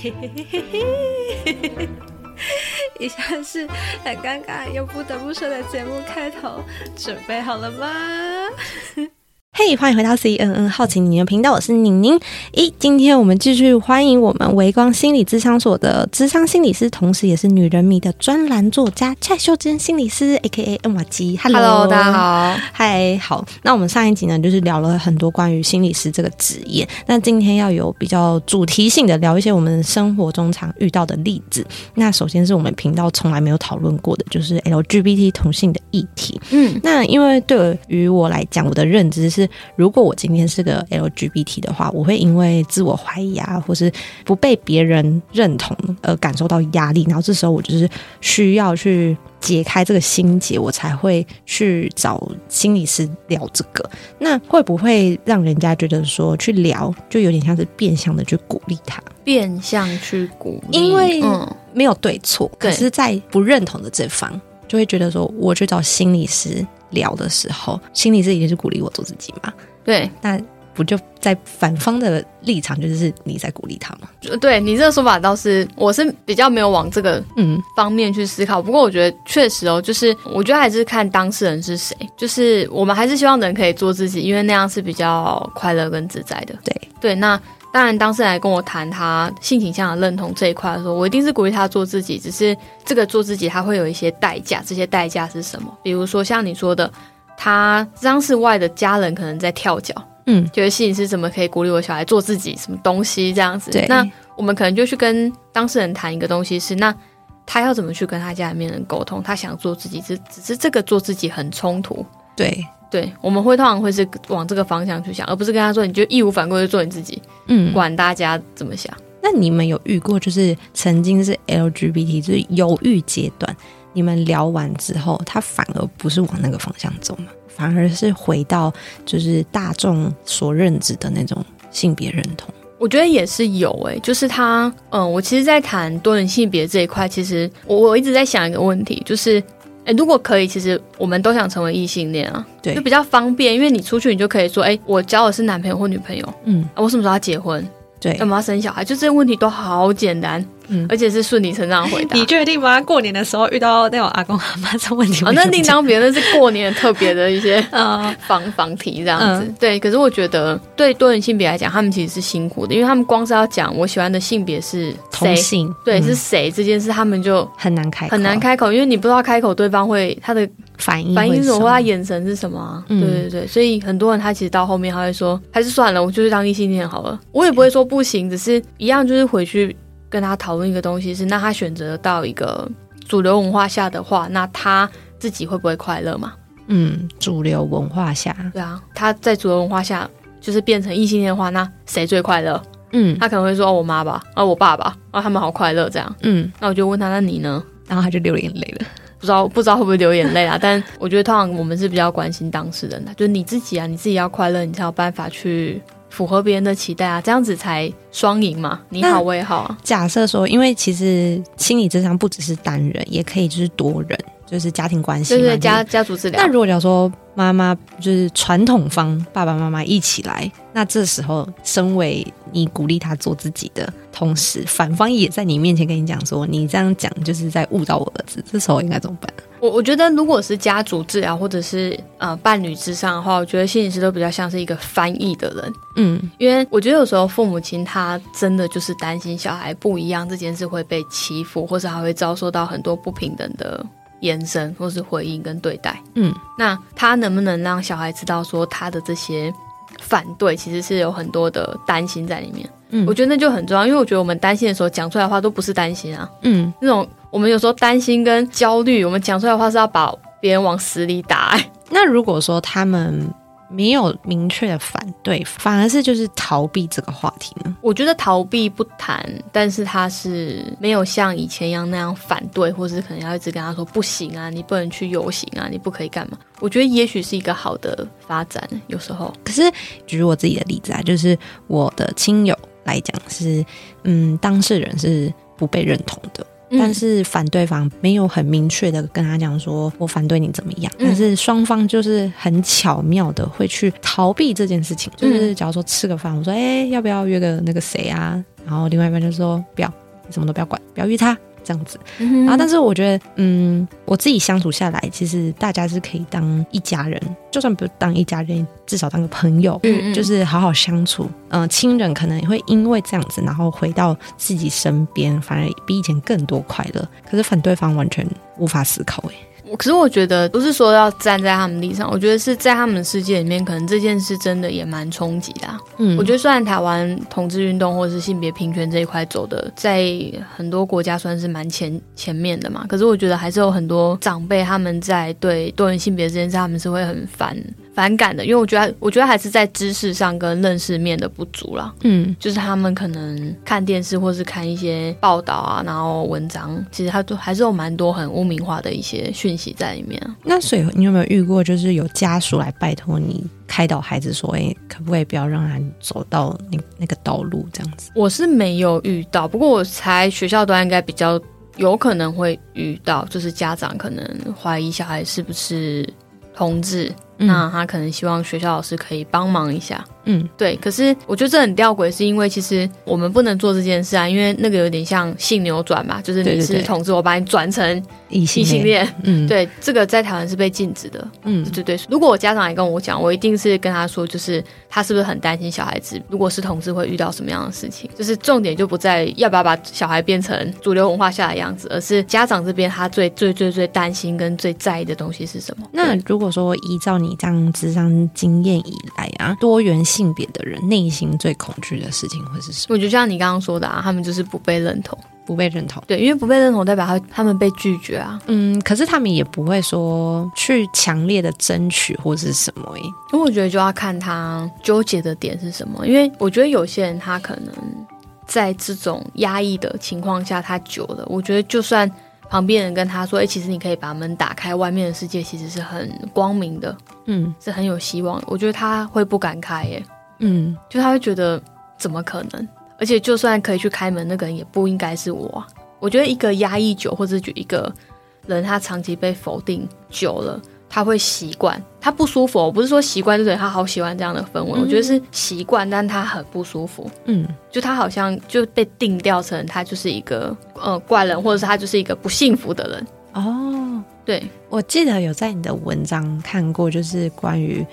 嘿嘿嘿嘿嘿，以下是很尴尬又不得不说的节目开头，准备好了吗？嘿、欢迎回到 CNN 好奇你的频道，我是宁宁。今天我们继续欢迎我们微光心理咨商所的咨商心理师，同时也是女人迷的专栏作家蔡秀珍心理师 AKA 恩瓦基。 Hello 大家好。 嗨，好，那我们上一集呢就是聊了很多关于心理师这个职业，那今天要有比较主题性的聊一些我们生活中常遇到的例子。那首先是我们频道从来没有讨论过的，就是 LGBT 同性的议题。那因为对于我来讲，我的认知是如果我今天是个 LGBT 的话，我会因为自我怀疑啊，或是不被别人认同而感受到压力，然后这时候我就是需要去解开这个心结，我才会去找心理师聊这个。那会不会让人家觉得说去聊就有点像是变相的去鼓励他， 变相去鼓励？ 因为没有对错，可是在不认同的这方就会觉得说我去找心理师聊的时候，心理师一定是鼓励我做自己嘛？对，那不就在反方的立场就是你在鼓励他吗？ 对，你这个说法倒是我是比较没有往这个方面去思考。不过我觉得确实就是我觉得还是看当事人是谁，就是我们还是希望人可以做自己，因为那样是比较快乐跟自在的。对，那当然当事人来跟我谈他性倾向的认同这一块的时候，我一定是鼓励他做自己，只是这个做自己他会有一些代价，这些代价是什么？比如说像你说的，他当事外的家人可能在跳脚，觉得心理师怎么可以鼓励我小孩做自己，什么东西这样子。那我们可能就去跟当事人谈一个东西是，那他要怎么去跟他家里面人沟通，他想做自己，只是这个做自己很冲突。对，我们会通常会是往这个方向去想，而不是跟他说你就义无反顾就做你自己，管大家怎么想。 那你们有遇过就是曾经是 LGBT 就是犹豫阶段，你们聊完之后他反而不是往那个方向走吗？反而是回到就是大众所认知的那种性别认同？ 我觉得也是有就是他我其实在谈多元性别这一块，其实我一直在想一个问题，就是如果可以，其实我们都想成为异性恋啊，对，就比较方便，因为你出去你就可以说我交的是男朋友或女朋友，我什么时候要结婚，对，要不要生小孩，就这些问题都好简单，而且是顺理成章的回答。 你确定吗？过年的时候遇到那种阿公阿妈这问题， 那另当别论，是过年特别的一些访题这样子。对，可是我觉得对多元性别来讲，他们其实是辛苦的，因为他们光是要讲我喜欢的性别是同性， 对，是谁这件事，他们就很难开口， 因为你不知道开口对方会他的反应是什么，或他眼神是什么啊？对，所以很多人他其实到后面他会说，还是算了，我就是当异性恋好了。我也不会说不行，只是一样就是回去跟他讨论一个东西是，那他选择到一个主流文化下的话，那他自己会不会快乐嘛？ 主流文化下， 对啊，他在主流文化下就是变成异性恋的话，那谁最快乐？他可能会说我妈吧，我爸吧，他们好快乐这样。那我就问他，那你呢？ 然后他就流眼泪了。 不知道会不会流眼泪啦，但我觉得通常我们是比较关心当事人的，就是你自己啊，你自己要快乐，你才有办法去符合别人的期待啊，这样子才双赢嘛，你好我也好啊。 假设说，因为其实心理咨商不只是单人，也可以就是多人，就是家庭关系嘛， 对，家族治疗。 那如果假如说妈妈就是传统方爸爸妈妈一起来，那这时候身为你鼓励他做自己的同时，反方也在你面前跟你讲说你这样讲就是在误导我儿子，这时候应该怎么办？ 我觉得如果是家族治疗或者是伴侣之上的话，我觉得心理师都比较像是一个翻译的人。因为我觉得有时候父母亲他真的就是担心小孩不一样这件事会被欺负，或是还会遭受到很多不平等的延伸或是回应跟对待。那他能不能让小孩知道说他的这些反对其实是有很多的担心在里面？我觉得那就很重要，因为我觉得我们担心的时候讲出来的话都不是担心啊。那种我们有时候担心跟焦虑，我们讲出来的话是要把别人往死里打。 那如果说他们没有明确的反对，反而是就是逃避这个话题呢？ 我觉得逃避不谈，但是他是没有像以前一样那样反对，或是可能要一直跟他说不行啊，你不能去游行啊，你不可以干嘛。我觉得也许是一个好的发展，有时候。 可是举我自己的例子啊，就是我的亲友来讲是当事人是不被认同的， 但是反对方没有很明确的跟他讲说我反对你怎么样，但是双方就是很巧妙的会去逃避这件事情。就是假如说吃个饭，我说要不要约个那个谁啊，然后另外一半就说不要，你什么都不要管，不要约他这样子。然后但是我觉得我自己相处下来，其实大家是可以当一家人，就算不当一家人，至少当个朋友，就是好好相处。亲人可能也会因为这样子，然后回到自己身边，反而比以前更多快乐。可是反对方完全无法思考可是我觉得不是说要站在他们立场，我觉得是在他们的世界里面，可能这件事真的也蛮冲击的我觉得虽然台湾同志运动或者是性别平权这一块走的在很多国家算是蛮前面的嘛，可是我觉得还是有很多长辈他们在对多元性别这件事他们是会很反感的，因为我觉得还是在知识上跟认识面的不足啦。就是他们可能看电视或是看一些报道啊，然后文章，其实他都还是有蛮多很污名化的一些讯息在里面那所以你有没有遇过就是有家属来拜托你开导孩子说可不可以不要让他走到那个道路这样子？我是没有遇到，不过我猜学校端应该比较有可能会遇到，就是家长可能怀疑小孩是不是同志，那他可能希望学校老师可以帮忙一下。对。可是我觉得这很吊诡，是因为其实我们不能做这件事啊，因为那个有点像性扭转嘛，就是你是同志，我把你转成异性恋。对，这个在台湾是被禁止的。对。如果我家长来跟我讲，我一定是跟他说，就是他是不是很担心小孩子如果是同志会遇到什么样的事情，就是重点就不在要不要把小孩变成主流文化下的样子，而是家长这边他最担心跟最在意的东西是什么。 那如果说依照你这样咨商经验以来啊，多元性别的人内心最恐惧的事情会是什么？ 我觉得像你刚刚说的他们就是不被认同。对，因为不被认同代表他们被拒绝啊。 可是他们也不会说去强烈的争取或是什么因为我觉得就要看他纠结的点是什么。因为我觉得有些人他可能在这种压抑的情况下他久了，我觉得就算旁边人跟他说其实你可以把门打开，外面的世界其实是很光明的，是很有希望的，我觉得他会不敢开就他会觉得怎么可能，而且就算可以去开门，那个人也不应该是我我觉得一个压抑久，或者一个人他长期被否定久了，他会习惯，他不舒服。我不是说习惯就等于他好喜欢这样的氛围，我觉得是习惯，但他很不舒服。就他好像就被定调成他就是一个怪人，或者是他就是一个不幸福的人。对， 我记得有在你的文章看过，就是关于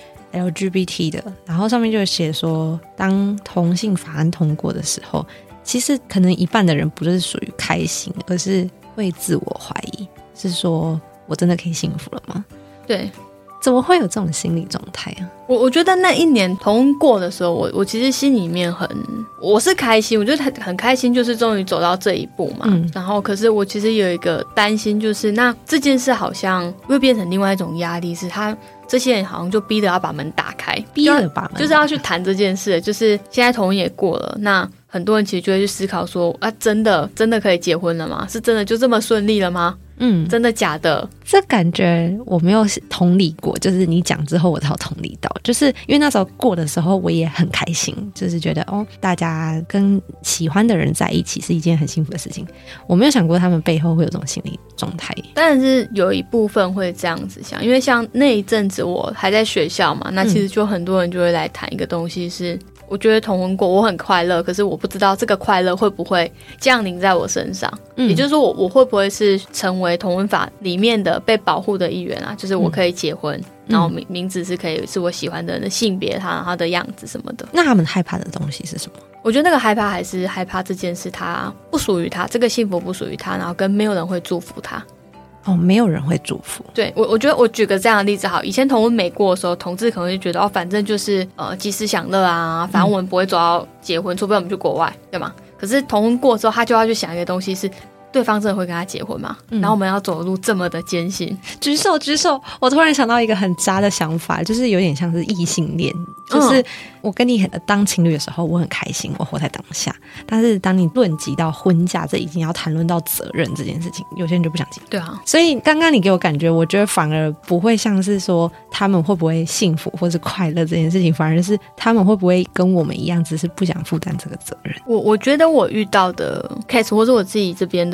LGBT 的，然后上面就写说当同性法案通过的时候，其实可能一半的人不是属于开心，而是会自我怀疑，是说我真的可以幸福了吗？ 对， 怎么会有这种心理状态啊？ 我觉得那一年通过的时候，我其实心里面我是开心，我觉得很开心，就是终于走到这一步嘛。然后可是我其实有一个担心，就是那这件事好像会变成另外一种压力，是他这些人好像就逼着要把门打开， 逼着把门打开， 就是要去谈这件事。就是现在同意也过了，那很多人其实就会去思考说真的可以结婚了吗？是真的就这么顺利了吗？真的假的？ 这感觉我没有同理过，就是你讲之后我才有同理到，就是因为那时候过的时候我也很开心，就是觉得大家跟喜欢的人在一起是一件很幸福的事情。我没有想过他们背后会有这种心理状态。 但是有一部分会这样子想，因为像那一阵子我还在学校嘛，那其实就很多人就会来谈一个东西是，我觉得同婚过我很快乐，可是我不知道这个快乐会不会降临在我身上。也就是说我会不会是成为同婚法里面的被保护的一员啊？就是我可以结婚，然后名字是可以是我喜欢的人的性别，他的样子什么的。 那他们害怕的东西是什么？ 我觉得那个害怕还是害怕这件事他不属于他，这个幸福不属于他，然后跟没有人会祝福他。 没有人会祝福。 对，我觉得我举个这样的例子好，以前同婚没过的时候，同志可能就觉得反正就是及时享乐啊，反正我们不会走到结婚，除非我们去国外，对吗？可是同婚过之后，他就要去想一个东西是，对方真的会跟他结婚吗？然后我们要走的路这么的艰辛。 举手，我突然想到一个很渣的想法，就是有点像是异性恋，就是我跟你当情侣的时候我很开心，我活在当下，但是当你论及到婚嫁，这已经要谈论到责任这件事情，有些人就不想结。 对啊， 所以刚刚你给我感觉，我觉得反而不会像是说他们会不会幸福或是快乐这件事情，反而是他们会不会跟我们一样，只是不想负担这个责任。 我觉得我遇到的 case 或是我自己这边的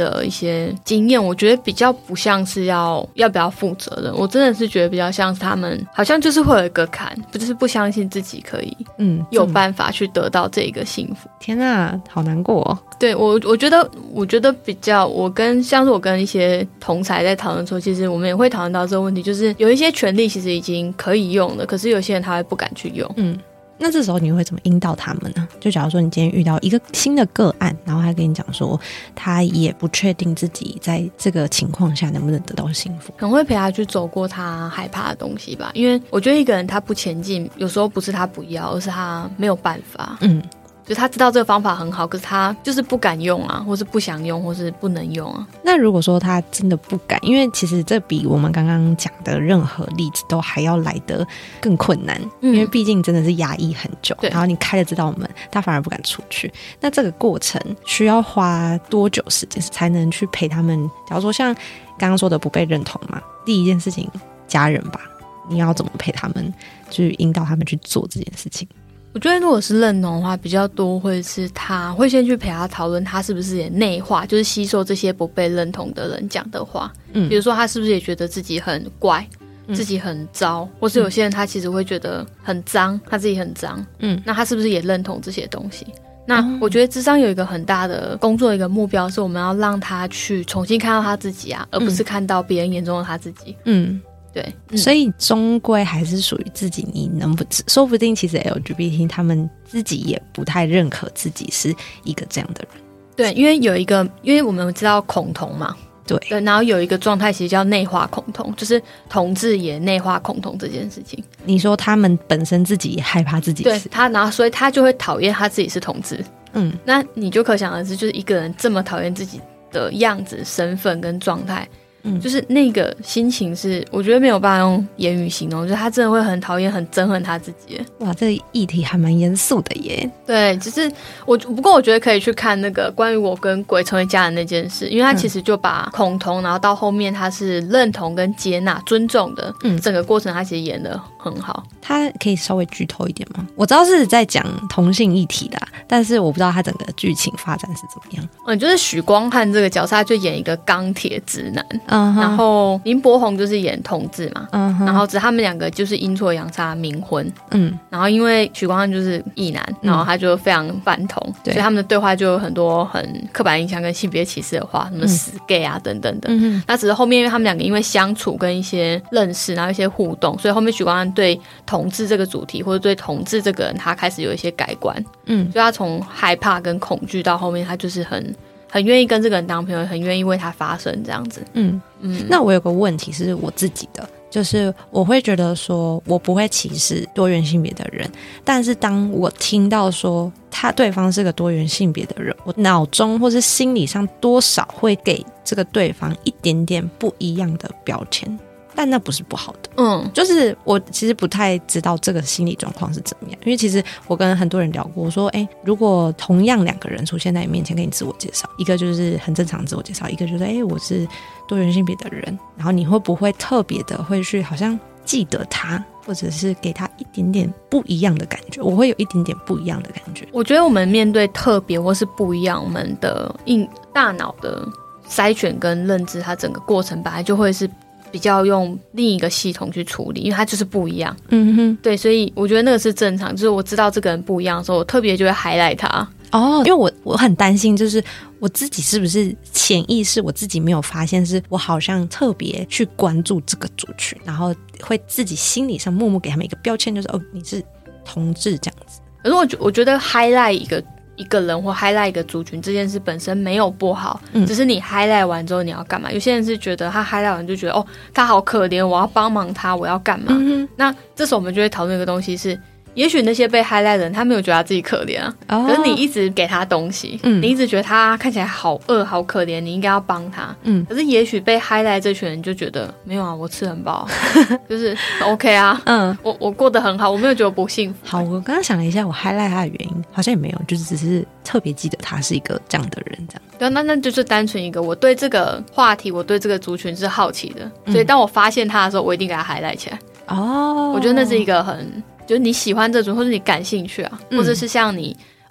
的一些经验，我觉得比较不像是要不要负责任，我真的是觉得比较像是他们好像就是会有一个坎，就是不相信自己可以有办法去得到这个幸福。 天啊，好难过哦。 对，我觉得比较，像是我跟一些同侪在讨论的时候，其实我们也会讨论到这个问题，就是有一些权利其实已经可以用了，可是有些人他会不敢去用。 那这时候你会怎么引导他们呢？就假如说你今天遇到一个新的个案，然后他跟你讲说他也不确定自己在这个情况下能不能得到幸福， 可能会陪他去走过他害怕的东西吧。因为我觉得一个人他不前进，有时候不是他不要，而是他没有办法。就他知道这个方法很好，可是他就是不敢用啊，或是不想用，或是不能用啊。 那如果说他真的不敢，因为其实这比我们刚刚讲的任何例子都还要来得更困难，因为毕竟真的是压抑很久，然后你开了这道门，他反而不敢出去。那这个过程需要花多久时间才能去陪他们？假如说像刚刚说的不被认同嘛，第一件事情家人吧，你要怎么陪他们，去引导他们去做这件事情？ 我觉得如果是认同的话，比较多会是他会先去陪他讨论他是不是也内化，就是吸收这些不被认同的人讲的话。比如说他是不是也觉得自己很怪，自己很糟，或是有些人他其实会觉得很脏，他自己很脏。那他是不是也认同这些东西？那我觉得諮商有一个很大的工作，一个目标是我们要让他去重新看到他自己啊，而不是看到别人眼中的他自己。对， 所以终归还是属于自己，你能不说不定其实 LGBT 他们自己也不太认可自己是一个这样的人。 对，因为我们知道恐同嘛，对，然后有一个状态其实叫内化恐同，就是同志也内化恐同这件事情。 你说他们本身自己也害怕自己是， 对他，然后所以他就会讨厌他自己是同志。那你就可想而知，就是一个人这么讨厌自己的样子、身份跟状态。就是那个心情是我觉得没有办法用言语形容，就是他真的会很讨厌很憎恨他自己。 哇，这个议题还蛮严肃的耶。 对，就是不过我觉得可以去看那个关于我跟鬼成为家人那件事，因为他其实就把恐同然后到后面他是认同跟接纳尊重的整个过程他其实演得很好。 他可以稍微剧透一点吗？我知道是在讲同性议题的，但是我不知道他整个剧情发展是怎么样。 就是许光汉这个角色他就演一个钢铁直男，然后林柏宏就是演同志嘛，然后他们两个就是阴错阳差冥婚，然后因为许光汉就是异男，然后他就非常反同，所以他们的对话就有很多很刻板印象跟性别歧视的话，什么死 gay 啊等等的。那只是后面因为他们两个因为相处跟一些认识，然后一些互动，所以后面许光汉对同志这个主题或者对同志这个人他开始有一些改观，所以他从害怕跟恐惧到后面他就是很愿意跟这个人当朋友，很愿意为他发声这样子。 那我有个问题是我自己的，就是我会觉得说我不会歧视多元性别的人，但是当我听到说对方是个多元性别的人，我脑中或是心理上多少会给这个对方一点点不一样的标签，但那不是不好的。就是我其实不太知道这个心理状况是怎么样，因为其实我跟很多人聊过，我说如果同样两个人出现在你面前跟你自我介绍，一个就是很正常的自我介绍，一个就是我是多元性别的人，然后你会不会特别的会去好像记得他，或者是给他一点点不一样的感觉？我会有一点点不一样的感觉。 我觉得我们面对特别或是不一样，我们的大脑的筛选跟认知，它整个过程本来就会是比较用另一个系统去处理，因为它就是不一样。对，所以我觉得那个是正常，就是我知道这个人不一样的时候，我特别就会 highlight 他。 因为我很担心，就是我自己是不是潜意识我自己没有发现，是我好像特别去关注这个族群，然后会自己心理上默默给他们一个标签，就是你是同志这样子。 可是我觉得 highlight 一个人或 highlight 一个族群这件事本身没有不好，只是你 highlight 完之后你要干嘛？有些人是觉得他 highlight 完就觉得他好可怜，我要帮忙他，我要干嘛？那这时候我们就会讨论一个东西是，也许那些被 highlight 的人他没有觉得他自己可怜啊，可是你一直给他东西，你一直觉得他看起来好饿好可怜，你应该要帮他，可是也许被 highlight 这群人就觉得没有啊，我吃很饱就是 OK 啊，我过得很好，我没有觉得我不幸福。 好，我刚刚想了一下，我 highlight 他的原因好像也没有，就是只是特别记得他是一个这样的人这样。 对，那就是单纯一个我对这个话题我对这个族群是好奇的，所以当我发现他的时候我一定给他 highlight 起来。我觉得那是一个很就是你喜欢这种，或者你感兴趣啊，或者是像你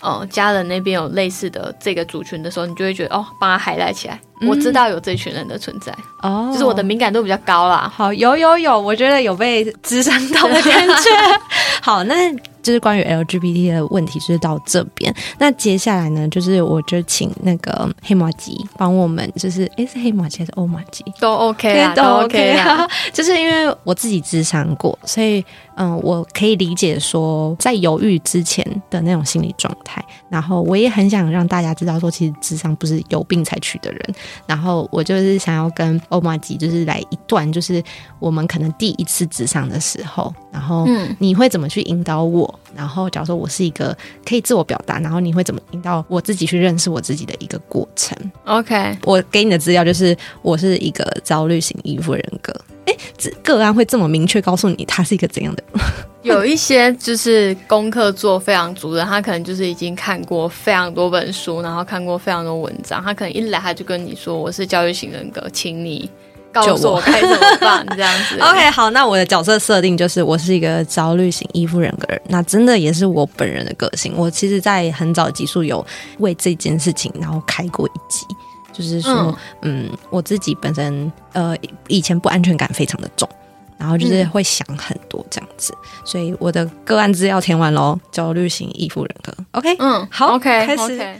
家人那边有类似的这个族群的时候，你就会觉得帮他highlight起来，我知道有这群人的存在，就是我的敏感度比较高啦。 好，有，我觉得有被諮商到的感觉。好，那就是关于 LGBT 的问题就是到这边。那接下来呢，就是我就请那个黑麻吉帮我们，就是是黑麻吉还是欧麻吉都 OK 啦，都 OK 啦。 就是因为我自己諮商过，所以我可以理解说在犹豫之前的那种心理状态，然后我也很想让大家知道说其实諮商不是有病才去的人，然后我就是想要跟欧麻吉就是来一段，就是我们可能第一次諮商的时候，然后你会怎么去引导我，然后假如说我是一个可以自我表达，然后你会怎么引导我自己去认识我自己的一个过程。 OK， 我给你的资料就是我是一个焦虑型依附人格。个案会这么明确告诉你他是一个怎样的人？ 有一些就是功课做非常足的，他可能就是已经看过非常多本书，然后看过非常多文章，他可能一来他就跟你说我是焦虑型人格，请你告诉我该怎么办这样子。 OK， 好，那我的角色设定就是我是一个焦虑型依附人格，那真的也是我本人的个性。我其实在很早的集数有为这件事情然后开过一集，就是说我自己本身以前不安全感非常的重，然后就是会想很多这样子，所以我的个案资料填完咯，焦虑型依附人格。 OK， 好 OK， 开始。 OK。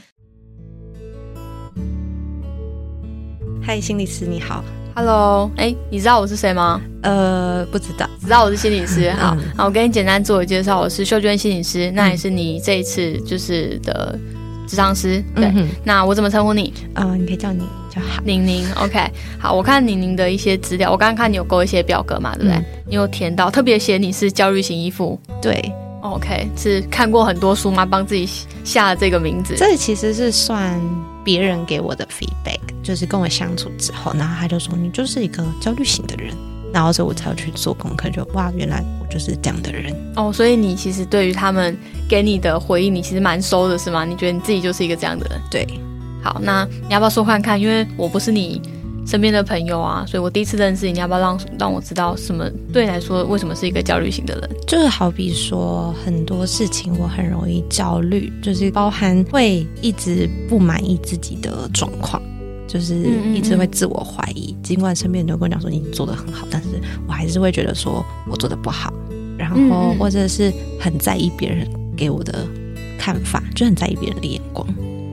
嗨，心理师你好。 Hello， 你知道我是谁吗？ 不知道。 知道我是心理师。好，我跟你简单自我介绍，我是秀娟心理师，那也是你这一次就是的諮商师。对，那我怎么称呼你？ 你可以叫你就好。 宁宁 OK。 好，我看宁宁的一些资料，我刚刚看你有勾一些表格嘛，对不对？你有填到特别写你是焦虑型依附。 对。 OK， 是看过很多书吗？帮自己下了这个名字。 这其实是算别人给我的 feedback， 就是跟我相处之后，然后他就说你就是一个焦虑型的人，然后所以我才要去做功课，就哇原来我就是这样的人。 所以你其实对于他们给你的回应你其实蛮收的是吗？你觉得你自己就是一个这样的人？ 对。 好，那你要不要说看看？因为我不是你身边的朋友啊，所以我第一次认识你，要不要让我知道什么对你来说为什么是一个焦虑型的人？ 就是好比说很多事情我很容易焦虑，就是包含会一直不满意自己的状况，就是一直会自我怀疑，尽管身边人都跟我讲说你做得很好，但是我还是会觉得说我做得不好，然后或者是很在意别人给我的看法，就很在意别人的眼光。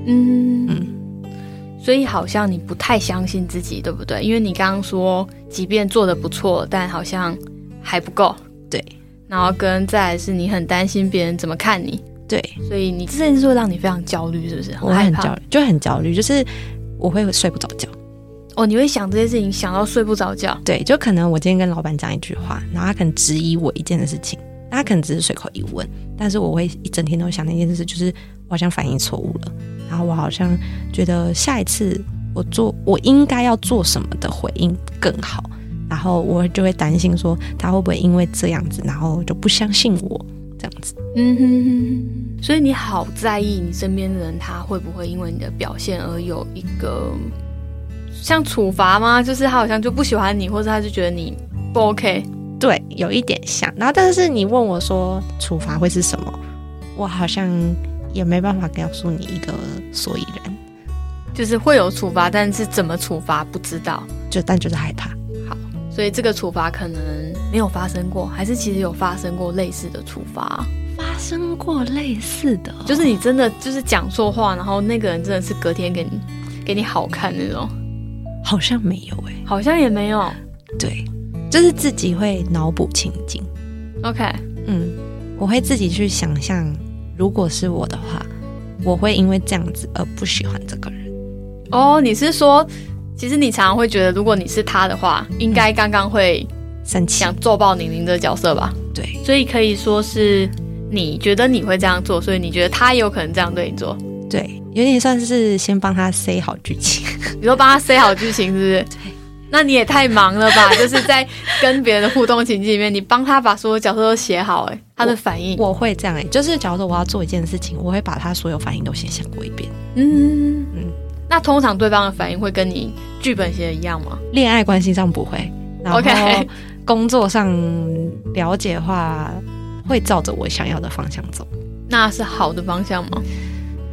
所以好像你不太相信自己，对不对？因为你刚刚说即便做得不错，但好像还不够。 对。 然后再来是你很担心别人怎么看你。 对。 所以你这件事会让你非常焦虑，是不是？ 我很焦虑，就很焦虑，就是我会睡不着觉。 你会想这些事情想到睡不着觉？ 对，就可能我今天跟老板讲一句话，然后他可能质疑我一件事情，他可能只是随口一问，但是我会一整天都想那件事，就是我好像反应错误了，然后我好像觉得下一次我应该要做什么的回应更好，然后我就会担心说他会不会因为这样子然后就不相信我这样子。 所以你好在意你身边的人他会不会因为你的表现而有一个像处罚吗？就是他好像就不喜欢你，或者他就觉得你不 OK。 对，有一点像。然后但是你问我说处罚会是什么，我好像也没办法告诉你一个所以然。 就是会有处罚，但是怎么处罚不知道， 但就是害怕。 好，所以这个处罚可能没有发生过，还是其实有发生过类似的处罚？ 发生过类似的就是你真的就是讲错话，然后那个人真的是隔天给你好看那种。 好像没有好像也没有。 对，就是自己会脑补情境。 OK， 我会自己去想象，如果是我的话，我会因为这样子而不喜欢这个人。 你是说其实你常常会觉得如果你是他的话，应该刚刚会生气， 想揍爆宁宁的角色吧？ 对， 所以可以说是你觉得你会这样做，所以你觉得他也有可能这样对你做。 对，有点算是先帮他塞好剧情。 你说帮他塞好剧情是不是？ 对。 那你也太忙了吧？就是在跟别人的互动情境里面，你帮他把所有角色都写好，他的反应。 我会这样就是假如说我要做一件事情，我会把他所有反应都先想过一遍。 那通常对方的反应会跟你剧本写的一样吗？ 恋爱关系上不会，然后工作上了解的话，会照着我想要的方向走。 那是好的方向吗？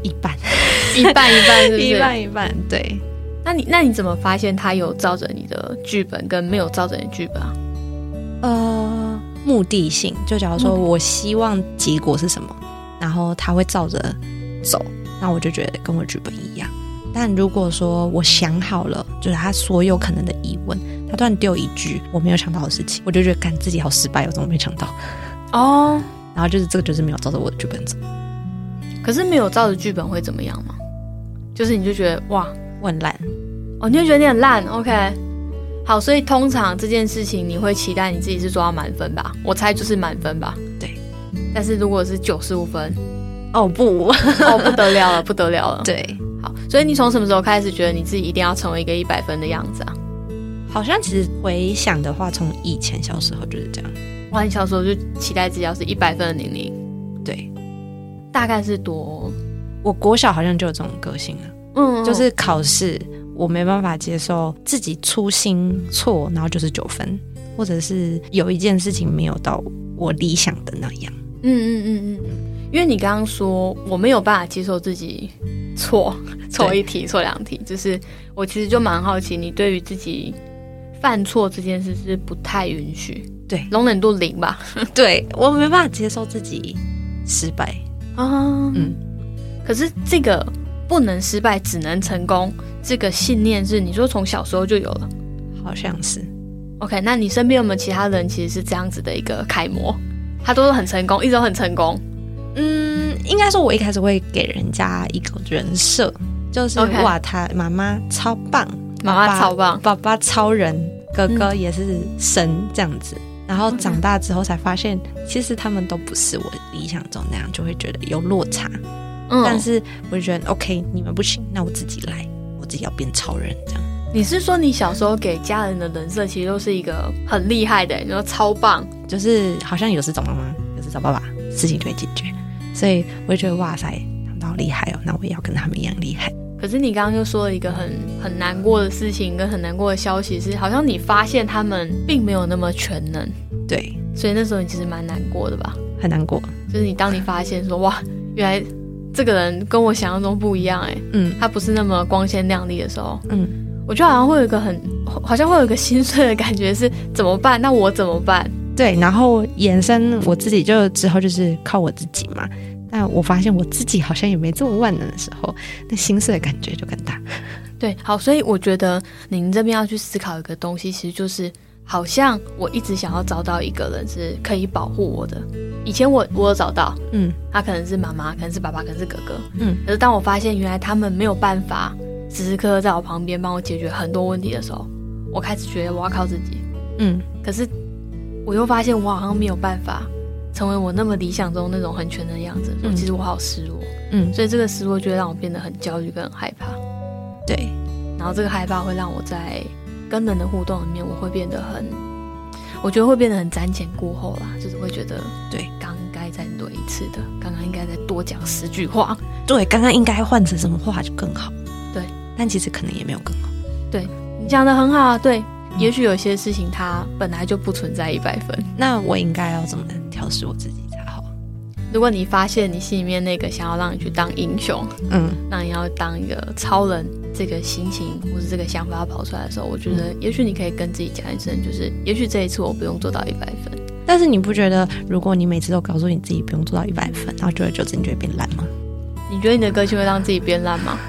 一半一半是不是？ 一半，对。 那你怎么发现他有照着你的剧本跟没有照着你的剧本啊？ 目的性，就假如说我希望结果是什么，然后他会照着走，那我就觉得跟我剧本一样。但如果说我想好了，就是他所有可能的疑问，他突然丢一句我没有想到的事情，我就觉得干自己好失败，我怎么没想到哦？然后就是这个就是没有照着我的剧本走。 可是没有照着剧本会怎么样吗？就是你就觉得哇我很烂哦，你就觉得你很烂 OK。好，所以通常这件事情你会期待你自己是做到满分吧？我猜就是满分吧。 对， 但是如果是95分， 哦不， 哦不得了了，不得了了。 对， 好，所以你从什么时候开始觉得你自己一定要成为一个100分的样子啊？ 好像其实回想的话，从以前小时候就是这样。 哇，你小时候就期待自己要是100分的年龄？ 对， 大概是多？ 我国小好像就有这种个性了，就是考试。我没办法接受自己粗心错，然后就是9分，或者是有一件事情没有到我理想的那样。 因为你刚刚说我没有办法接受自己错一题错2题，就是我其实就蛮好奇，你对于自己犯错这件事是不太允许， 对， 容忍度0吧？ 对，我没办法接受自己失败啊。 可是这个不能失败，只能成功。这个信念是你说从小时候就有了？ 好像是。 OK， 那你身边有没有其他人其实是这样子的一个楷模？他都是很成功，一直都很成功。 应该说我一开始会给人家一个人设，就是、 okay. 哇，他妈妈超棒， 妈妈超棒， 爸爸超人，哥哥也是神这样子。然后长大之后才发现，其实他们都不是我理想中那样，就会觉得有落差。但是我就觉得 OK， 你们不行，那我自己来。自己要变超人这样。 你是说你小时候给家人的人设其实都是一个很厉害的，你说超棒， 就是好像有时找妈妈，有时找爸爸，事情就会解决。所以我就觉得哇塞，他们好厉害哦，那我也要跟他们一样厉害。 可是你刚刚又说了一个很难过的事情跟很难过的消息，是好像你发现他们并没有那么全能。 对， 所以那时候你其实蛮难过的吧？很难过， 就是当你发现说哇，原来这个人跟我想象中不一样他不是那么光鲜亮丽的时候，我觉得好像会有一个好像会有一个心碎的感觉，是怎么办？那我怎么办？ 对，然后延伸我自己就之后就是靠我自己嘛。但我发现我自己好像也没这么万能的时候，那心碎的感觉就更大。 对，好，所以我觉得您这边要去思考一个东西，其实就是好像我一直想要找到一个人是可以保护我的。以前我有找到，他可能是妈妈，可能是爸爸，可能是哥哥，可是当我发现原来他们没有办法时时刻刻在我旁边帮我解决很多问题的时候，我开始觉得我要靠自己，可是我又发现我好像没有办法成为我那么理想中那种很全能的样子，所以其实我好失落，所以这个失落就会让我变得很焦虑跟很害怕， 对， 然后这个害怕会让我在跟人的互动里面，我会变得我觉得会变得很瞻前顾后啦，就是会觉得对，刚应该再多一次的，刚刚应该再多讲10句话， 对，刚刚应该换成什么话就更好， 对， 但其实可能也没有更好， 对，你讲得很好啊，对，也许有些事情它本来就不存在100分， 那我应该要怎么调试我自己才好？ 如果你发现你心里面那个想要让你去当英雄，让你要当一个超人这个心情或是这个想法跑出来的时候，我觉得也许你可以跟自己讲一声，就是也许这一次我不用做到100分。 但是你不觉得如果你每次都告诉你自己不用做到100分，然后久而久之你就会变烂吗？ 你觉得你的个性会让自己变烂吗？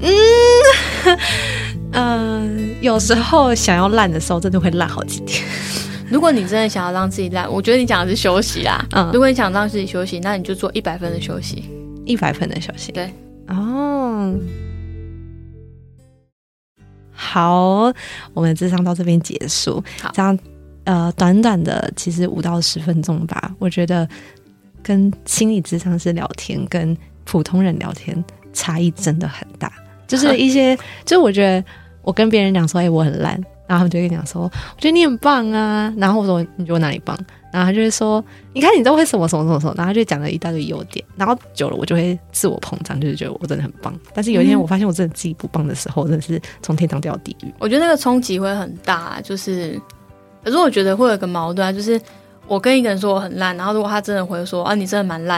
有时候想要烂的时候真的会烂好几天。 如果你真的想要让自己烂，我觉得你讲的是休息啦。如果你想让自己休息，那你就做100分的休息。 100分的休息。 对。 哦。好，我们的諮商到这边结束。 好， 这样短短的其实5到10分钟吧，我觉得跟心理諮商師聊天跟普通人聊天差异真的很大。就是一些，就是我觉得我跟别人讲说，我很烂，然后他们就会跟你讲说，我觉得你很棒啊。然后我说，你觉得我哪里棒？然后他就会说，你看你都会什么什么什么什么，然后他就讲了一大堆优点。然后久了我就会自我膨胀，就是觉得我真的很棒。但是有一天我发现我真的自己不棒的时候，真的是从天堂掉到地狱。 我觉得那个冲击会很大，就是可是我觉得会有一个矛盾啊，就是我跟一个人说我很烂，然后如果他真的会说啊你真的蛮烂的，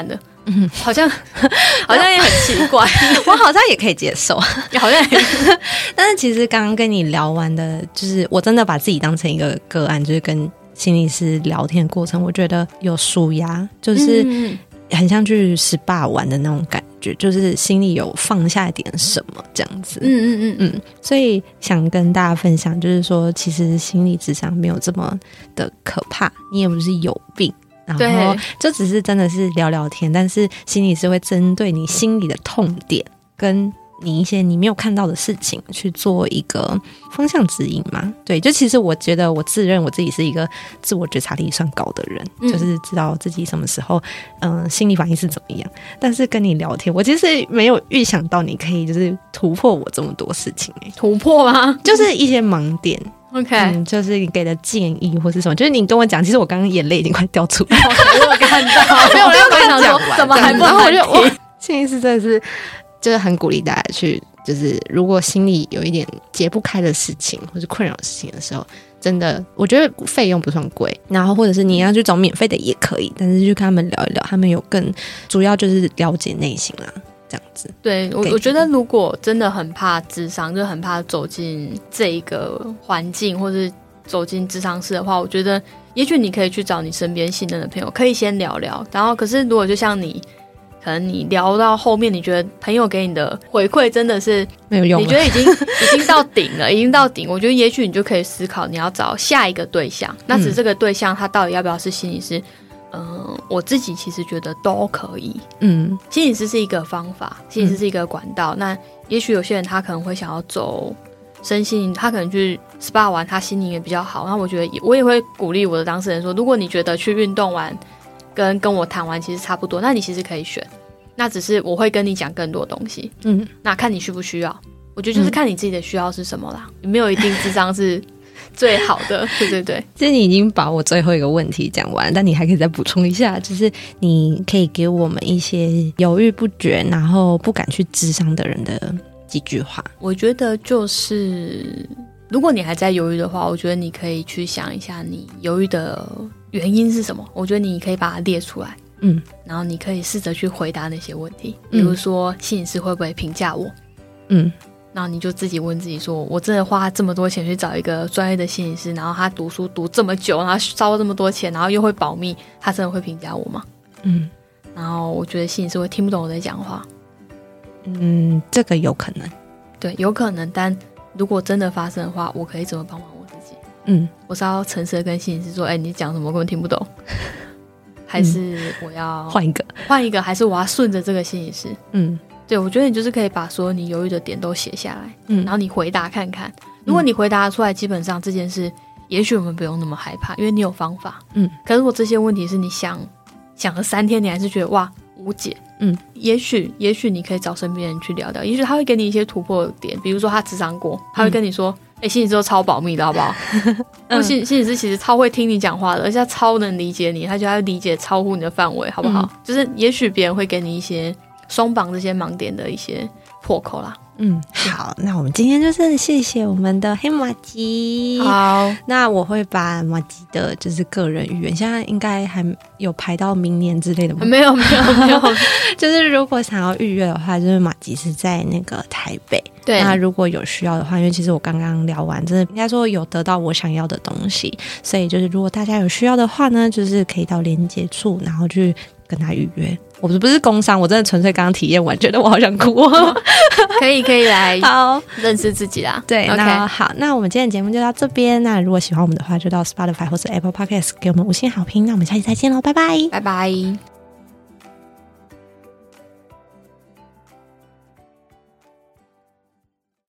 好像也很奇怪。 我好像也可以接受， 好像但是其实刚刚跟你聊完的，就是我真的把自己当成一个个案，就是跟心理师聊天的过程，我觉得有抒压，就是很像去SPA玩的那种感觉，就是心里有放下一点什么这样子。所以想跟大家分享，就是说其实心理咨商没有这么的可怕，你也不是有病，然后就只是真的是聊聊天，但是心理师会针对你心里的痛点跟你一些你没有看到的事情去做一个方向指引嘛。对，就其实我觉得我自认我自己是一个自我觉察力算高的人，就是知道自己什么时候心理反应是怎么样。但是跟你聊天，我其实没有预想到你可以就是突破我这么多事情。 突破吗？ 就是一些盲点。 OK， 就是你给的建议或是什么，就是你跟我讲，其实我刚刚眼泪已经快掉出来了。 我有看到，没有人跟他讲怎么还不好听？ 心理师真的是就是很鼓励大家去，就是如果心里有一点解不开的事情或是困扰的事情的时候，真的我觉得费用不算贵，然后或者是你要去找免费的也可以，但是去跟他们聊一聊，他们有更主要就是了解内心啦。这样子， 对，我觉得如果真的很怕諮商，就很怕走进这一个环境或是走进諮商室的话，我觉得也许你可以去找你身边信任的朋友，可以先聊聊，然后可是如果就像你可能你聊到后面，你觉得朋友给你的回馈真的是没有用， 你觉得已经到顶了，已经到顶，我觉得也许你就可以思考你要找下一个对象，那只是这个对象他到底要不要是心理师。我自己其实觉得都可以。心理师是一个方法，心理师是一个管道。那也许有些人他可能会想要走身心，他可能去 SPA 玩，他心情也比较好。那我觉得我也会鼓励我的当事人说，如果你觉得去运动完跟我谈完其实差不多，那你其实可以选。那只是我会跟你讲更多东西。那看你需不需要。我觉得就是看你自己的需要是什么啦，没有一定諮商是最好的。对对对， 其实你已经把我最后一个问题讲完，但你还可以再补充一下，就是你可以给我们一些犹豫不决然后不敢去諮商的人的几句话。 我觉得就是如果你还在犹豫的话，我觉得你可以去想一下你犹豫的原因是什么，我觉得你可以把它列出来。然后你可以试着去回答那些问题，比如说心理师会不会评价我，然后你就自己问自己说，我真的花这么多钱去找一个专业的心理师，然后他读书读这么久，然后烧这么多钱，然后又会保密，他真的会评价我吗？然后我觉得心理师会听不懂我在讲话。 这个有可能， 对，有可能，但如果真的发生的话，我可以怎么帮忙我自己？我是要诚实的跟心理师说，你讲什么我根本听不懂，还是我要换一个，还是我要顺着这个心理师？对，我觉得你就是可以把所有你犹豫的点都写下来，然后你回答看看。如果你回答出来，基本上这件事，也许我们不用那么害怕，因为你有方法。可是如果这些问题是你想了3天，你还是觉得哇无解，也许你可以找身边人去聊聊，也许他会给你一些突破的点，比如说他諮商过，他会跟你说，心理师都超保密的好不好？心理师其实超会听你讲话的，而且他超能理解你，他觉得他理解超乎你的范围，好不好？就是也许别人会给你一些松绑这些盲点的一些破口啦。 好，那我们今天就是谢谢我们的黑麻吉。 好， 那我会把麻吉的就是个人预约，现在应该还有排到明年之类的吗？ 没有就是如果想要预约的话，就是麻吉是在那个台北。 对， 那如果有需要的话，因为其实我刚刚聊完，真的应该说有得到我想要的东西，所以就是如果大家有需要的话呢，就是可以到连结处，然后去跟他预约。我不是工商，我真的纯粹刚刚体验完，觉得我好想哭哦。 可以来好认识自己啦。 对，那好，那我们今天的节目就到这边。那如果喜欢我们的话，就到 Spotify 或是 Apple Podcast 给我们5星好评。那我们下期再见喽，拜拜， 拜拜。